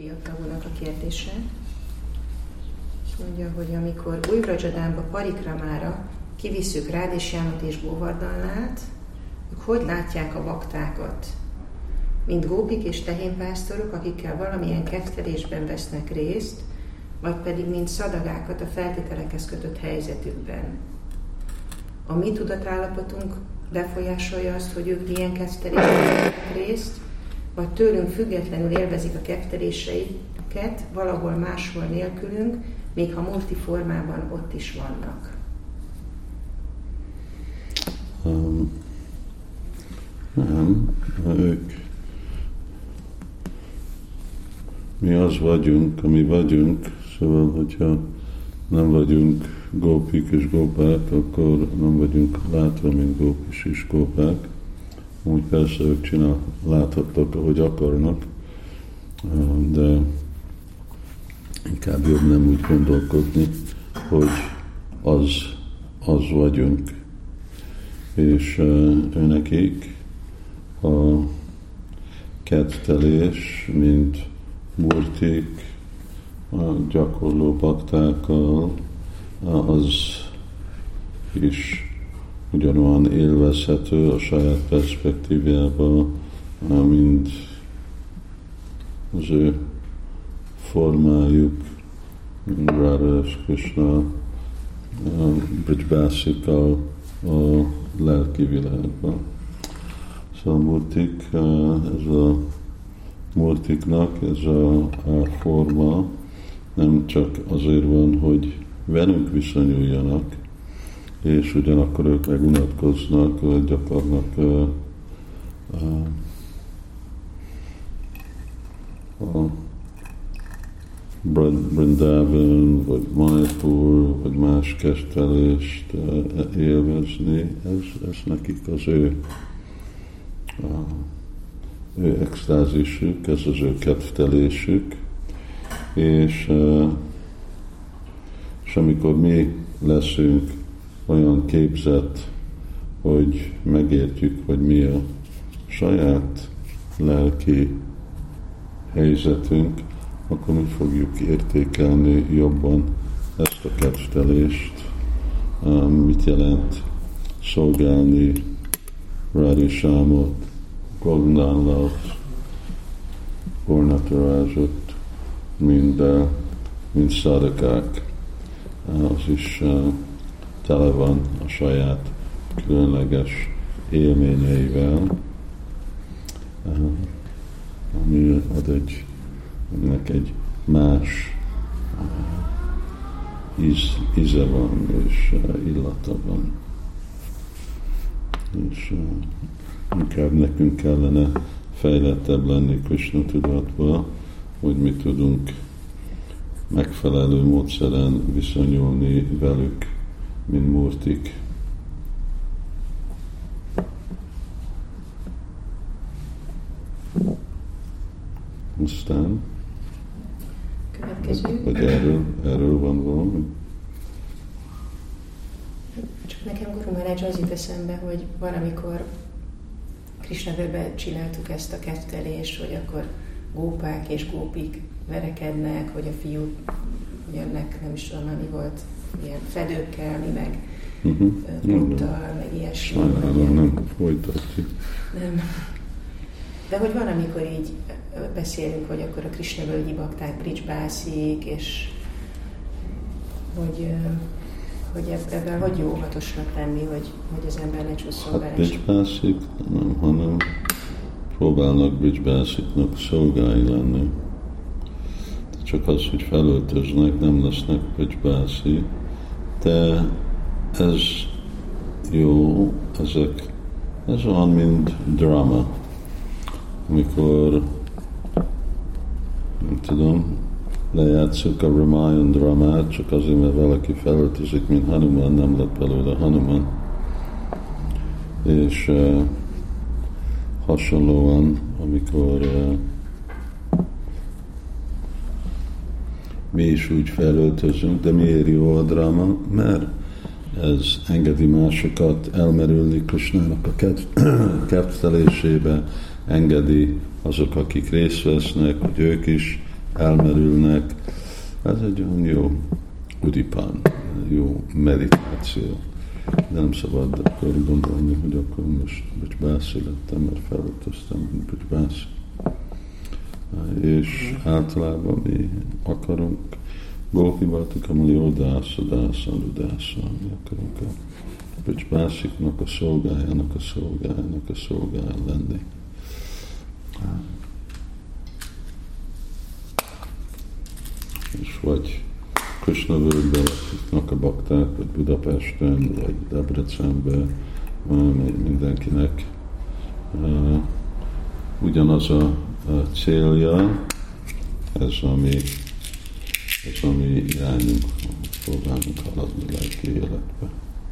Priya Prabhunak a kérdése. Mondja, hogy amikor új Vrajadánba Parikramára kivisszük Rádésjámot és Govardhanát, ők hogy látják a baktákat? Mint gópik és tehénpásztorok, akikkel valamilyen kettelésben vesznek részt, vagy pedig mint szadagákat a feltételekhez kötött helyzetükben. A mi tudatállapotunk befolyásolja azt, hogy ők ilyen kettelésben vesznek részt, vagy tőlünk függetlenül élvezik a ketteléseiket valahol máshol nélkülünk, még ha multi formában ott is vannak. Nem, mi az vagyunk, ami vagyunk, szóval, hogyha nem vagyunk gópik és gópák, akkor nem vagyunk látva, mint gópis és gópák. Úgy persze ők láthattak, ahogy akarnak, de inkább jobb nem úgy gondolkodni, hogy az vagyunk. És őnekik a kettelés, mint murtik, a gyakorló baktákkal, az is ugyanolyan élvezhető a saját perspektívába, mint az ő formájuk, Radha és Krishna, Brijbászikkal a lelki világban. Szóval murtiknak ez a forma nem csak azért van, hogy velünk viszonyuljanak, és ugyanakkor ők meg unatkoznak, vagy akarnak a Vrindavan, vagy Mayapur, vagy más kettelést élvezni, ez nekik az ő extázisük, ez az ő kedvtelésük, és amikor mi leszünk olyan képzett, hogy megértjük, hogy mi a saját lelki helyzetünk, akkor mi fogjuk értékelni jobban ezt a kedvtelést, mit jelent szolgálni Radhishámot, Govardhanát, Gornatarázsot, mind szadakák. Az is tele van a saját különleges élményeivel, ami ad ennek egy más íze van és illata van. És inkább nekünk kellene fejlettebb lenni Krishna tudatba, hogy mi tudunk megfelelő módszeren viszonyulni velük, mint murtik. Aztán következő. Vagy erről van valami? Csak nekem Guru Maharaj az jut eszembe, hogy van, amikor Krishnavörbe csináltuk ezt a kettelést, hogy akkor gópák és gópik verekednek, hogy a fiúk jönnek, nem is tudom, mi volt, ilyen fedőkkel, mi meg pottal, meg ilyesmi. Sajnálom, nem folytatjuk. Nem. De hogy van, amikor így beszélünk, hogy akkor a Krisna-völgyi bakták Brijbászik, és hogy ebben hogy jó óvatosnak lenni, hogy az ember ne csúszol bele. Brijbászik, nem, hanem próbálnak Brijbásziknak szolgái lenni. Csak az, hogy felöltöznek, nem lesznek Brijbászi, de ez jó, ez olyan, mint drama. Amikor, nem tudom, lejátszuk a Ramayana dramát, csak azért, mert valaki felöltözik, mint Hanuman, nem lett belőle Hanuman. És hasonlóan, amikor mi is úgy felöltözünk, de miért jó a dráma? Mert ez engedi másokat elmerülni Krishnának a kedvtelésébe, engedi azok, akik részt vesznek, hogy ők is elmerülnek. Ez egy olyan jó udipán, jó meditáció. De nem szabad akkor gondolni, hogy akkor most Bási lettem, mert felöltöztem, mint Bási. És általában mi akarunk, Gópi Bhatikam Jódása, mi akarunk a Básiknak a szolgájának a szolgája lenni. És vagy Krishna völgyben laknak a bakták, vagy Budapesten, vagy Debrecenben, mindenkinek ugyanaz a célja, ez ami irányunk, próbálunk haladni lelki életbe.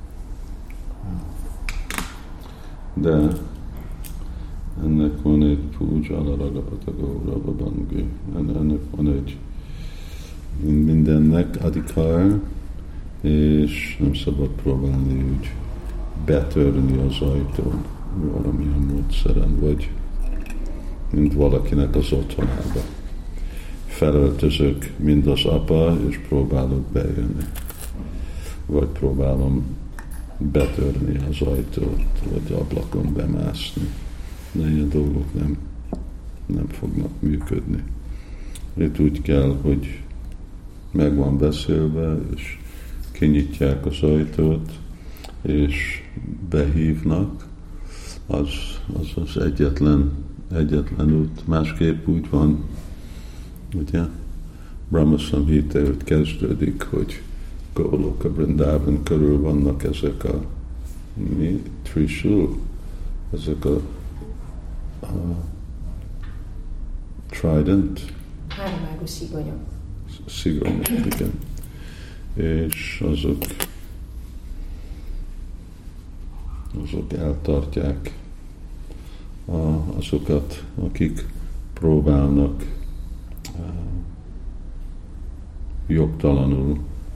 De ennek van egy puja alaragapata gaurava bangő. Ennek van egy mindennek adhikar, és nem szabad próbálni úgy betörni az ajtón valamilyen módszeren, vagy mint valakinek az otthonába. Felöltözök, mint az apa, és próbálok bejönni. Vagy próbálom betörni az ajtót, vagy ablakon bemászni. De ilyen dolgok nem fognak működni. Itt úgy kell, hogy meg van beszélve, és kinyitják az ajtót, és behívnak, az egyetlen út. Másképp úgy van, ugye? Brahma Samhita úgy kezdődik, hogy Goloka Vrindavan körül vannak ezek a Trishul, ezek a trident. Háromágú szigonyok. Szigonyok, igen. És azok eltartják azokat, akik próbálnak jogtalanul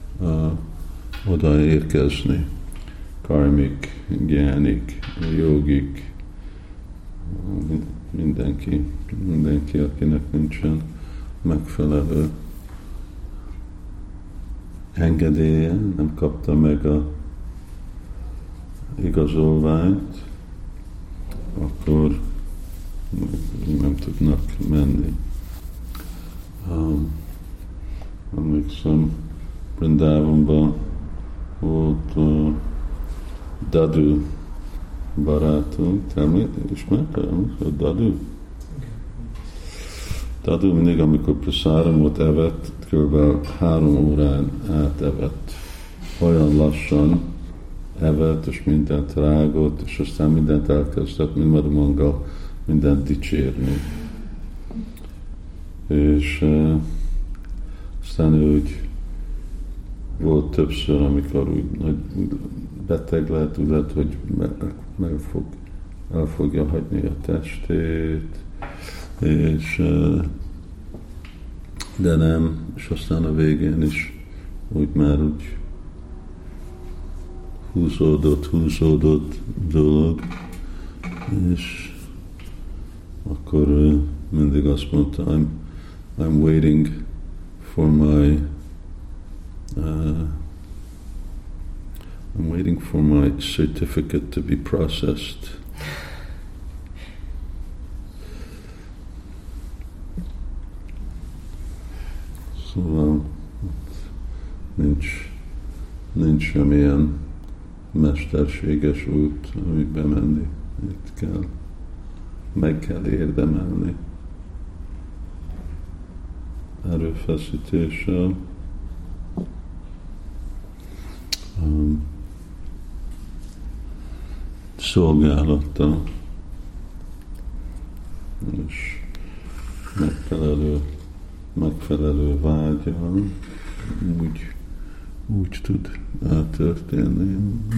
odaérkezni. Karmik, gyánik, jogik, mindenki, akinek nincsen megfelelő engedélye, nem kapta meg a igazolványt, akkor nem tudnak menni. Emlékszem, Vrindavanban volt Dadu barátunk, ismertem a Dadu? Dadu mindig, amikor praszáramot evett, kb. 3 órán átevett. Olyan lassan evett, és mindent rágott, és aztán mindent elkezdett, mint Madhumanga, mindent dicsérni. És aztán ő úgy volt többször, amikor úgy beteg lett, úgy lett, hogy el fogja hagyni a testét, és de nem, és aztán a végén is úgy már úgy húzódott dolog, és akkor mindig azt mondta, I'm waiting for my certificate to be processed. Szóval nincs semmilyen mesterséges út, amit bemenni. Itt meg kell érdemelni erőfeszítéssel. Szolgálattal és megfelelő vágyal úgy tud eltörténni.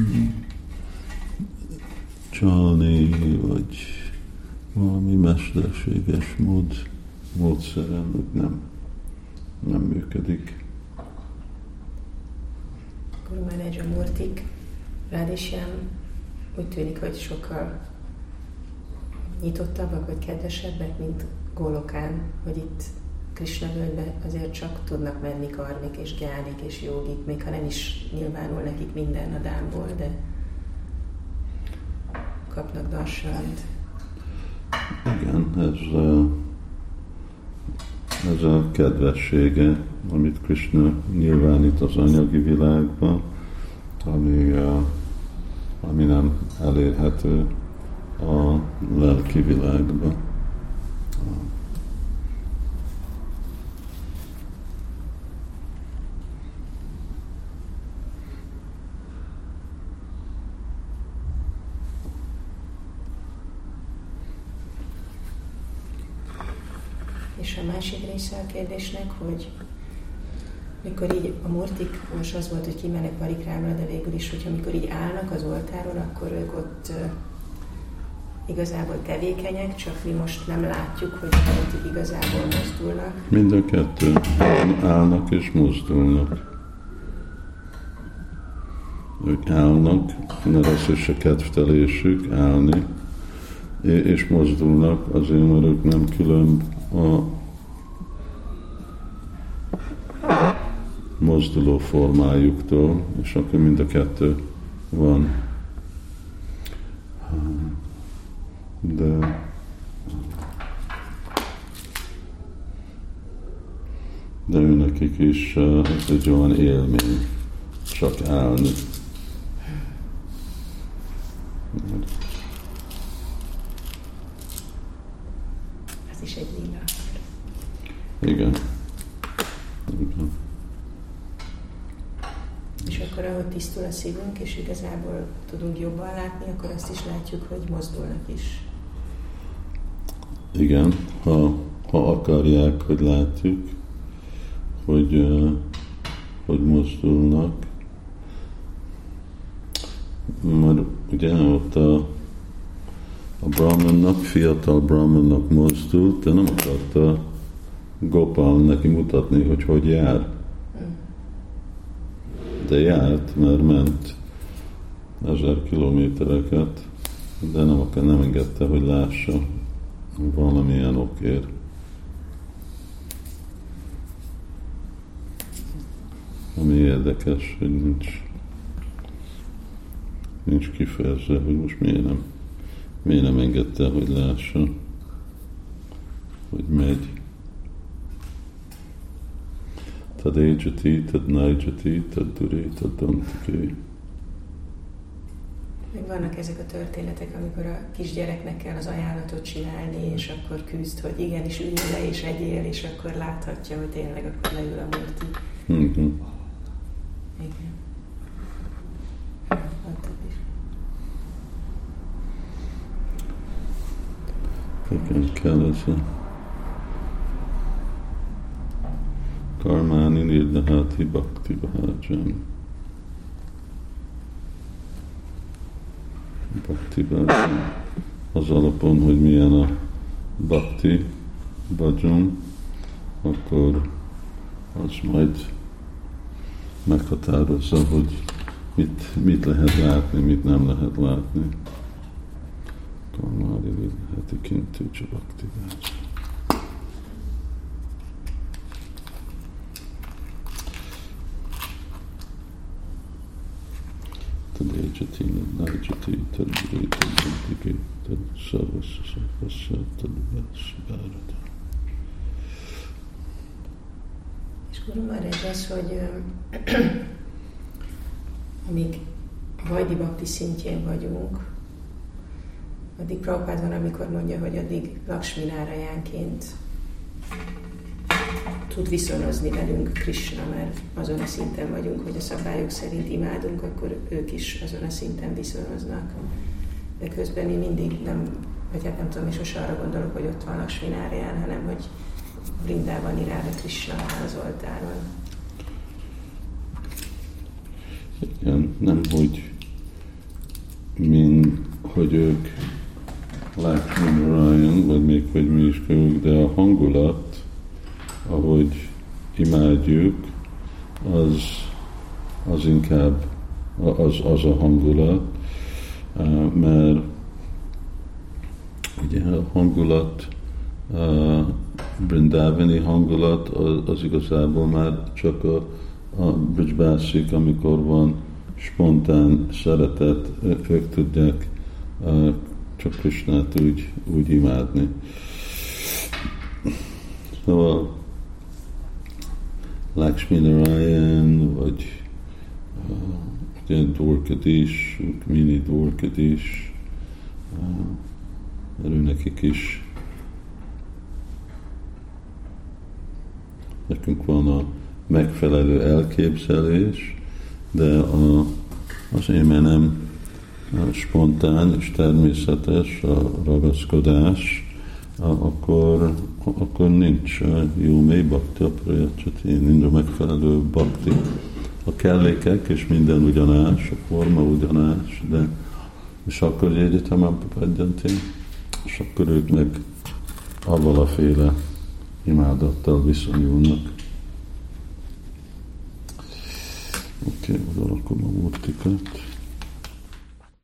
Csalni, vagy valami mesterséges módszeren nem működik. Guru Maharaj Murtik, Radheshyam úgy tűnik, hogy sokkal nyitottabbak vagy kedvesebbek, mint Golokán, hogy itt Krishna völgybe azért csak tudnak menni karmik és gyánik és jogik, még ha nem is nyilvánul nekik minden a dámból, de kapnak darsant. Igen, ez a kedvessége, amit Krishna nyilvánít az anyagi világban, ami nem elérhető a lelki világban. És a másik része a kérdésnek, hogy mikor így a murtik, most az volt, hogy kimennek parikrámra, de végül is, hogyha mikor így állnak az oltáron, akkor ők ott igazából tevékenyek, csak mi most nem látjuk, hogy a murtik igazából mozdulnak. Mind a kettő. Állnak és mozdulnak. Ők állnak, mert az is a kedvtelésük, állni, és mozdulnak, azért, mert ők nem különb a mozduló formájuktól, és akkor mind a kettő van. De őnekik is ez egy olyan élmény, csak állni. Ez is egy lila. Igen. És akkor, ahogy tisztul a szívünk, és igazából tudunk jobban látni, akkor azt is látjuk, hogy mozdulnak is. Igen, ha akarják, hogy látjuk, hogy mozdulnak. Mert ugye ott a Brahmannak, fiatal Brahmannak mozdult, de nem akarta Gopal neki mutatni, hogy jár. De járt, mert ment 1000 kilométereket, de nem engedte, hogy lássa valamilyen okért. Ami érdekes, hogy nincs kifejezve, hogy most miért nem engedte, hogy lássa, hogy megy. Tad éjjati, tad nájjati, tad duré, tad dantiké. Még vannak ezek a történetek, amikor a kisgyereknek kell az ajánlatot csinálni, és akkor küzd, hogy igenis üljél le és egyél, és akkor láthatja, hogy tényleg akkor leül a murti. Mm-hmm. Igen. Igen, kell ez a Karmáni Nirdahati Bhakti Bhajam. Bhakti Bhajam. Az alapon, hogy milyen a Bhakti Bhajam, akkor az majd meghatározza, hogy mit lehet látni, mit nem lehet látni. Karmáni Nirdahati Kintuja Bhakti Bhajam. Tad éjjati, nájjati, tad duré, tad dantiké, tad szarvassa, szarvassa, tad bárada. És Guru Maharaj az, hogy amíg Vajdi Bhakti szintjén vagyunk, addig Prabhupád van, amikor mondja, hogy addig Lakshmi-nárajánként tud viszonozni velünk Krishna, mert azon a szinten vagyunk, hogy a szabályok szerint imádunk, akkor ők is azon a szinten viszonoznak. De közben mi mindig nem, vagy hát nem tudom, és sose arra gondolok, hogy ott van Lakshmi-náraján, hanem hogy Vrindában irál a Krishna az oltáron. Igen, nem hogy ők Lakshmi-narayan, vagy még hogy mi is ők, de a hangulat, ahogy imádjuk, az inkább az a hangulat, mert ugye a hangulat Brindavani hangulat az igazából már csak a Brijbászik, amikor van spontán szeretet, ők tudják csak Krishnát úgy imádni. Szóval Lakshmi Narayan, vagy Dwarkadish, Mini Dwarkadish, nekik is. Nekünk van a megfelelő elképzelés, de az éme nem spontán és természetes a ragaszkodás, akkor nincs jó mély bhakti, nincs a megfelelő bhakti. A kellékek és minden ugyanás, a forma ugyanás, de és akkor egyetemen padjanti, és akkor ők meg avval a féle imádattal viszonyulnak. Oké, oda rakom a murtikat.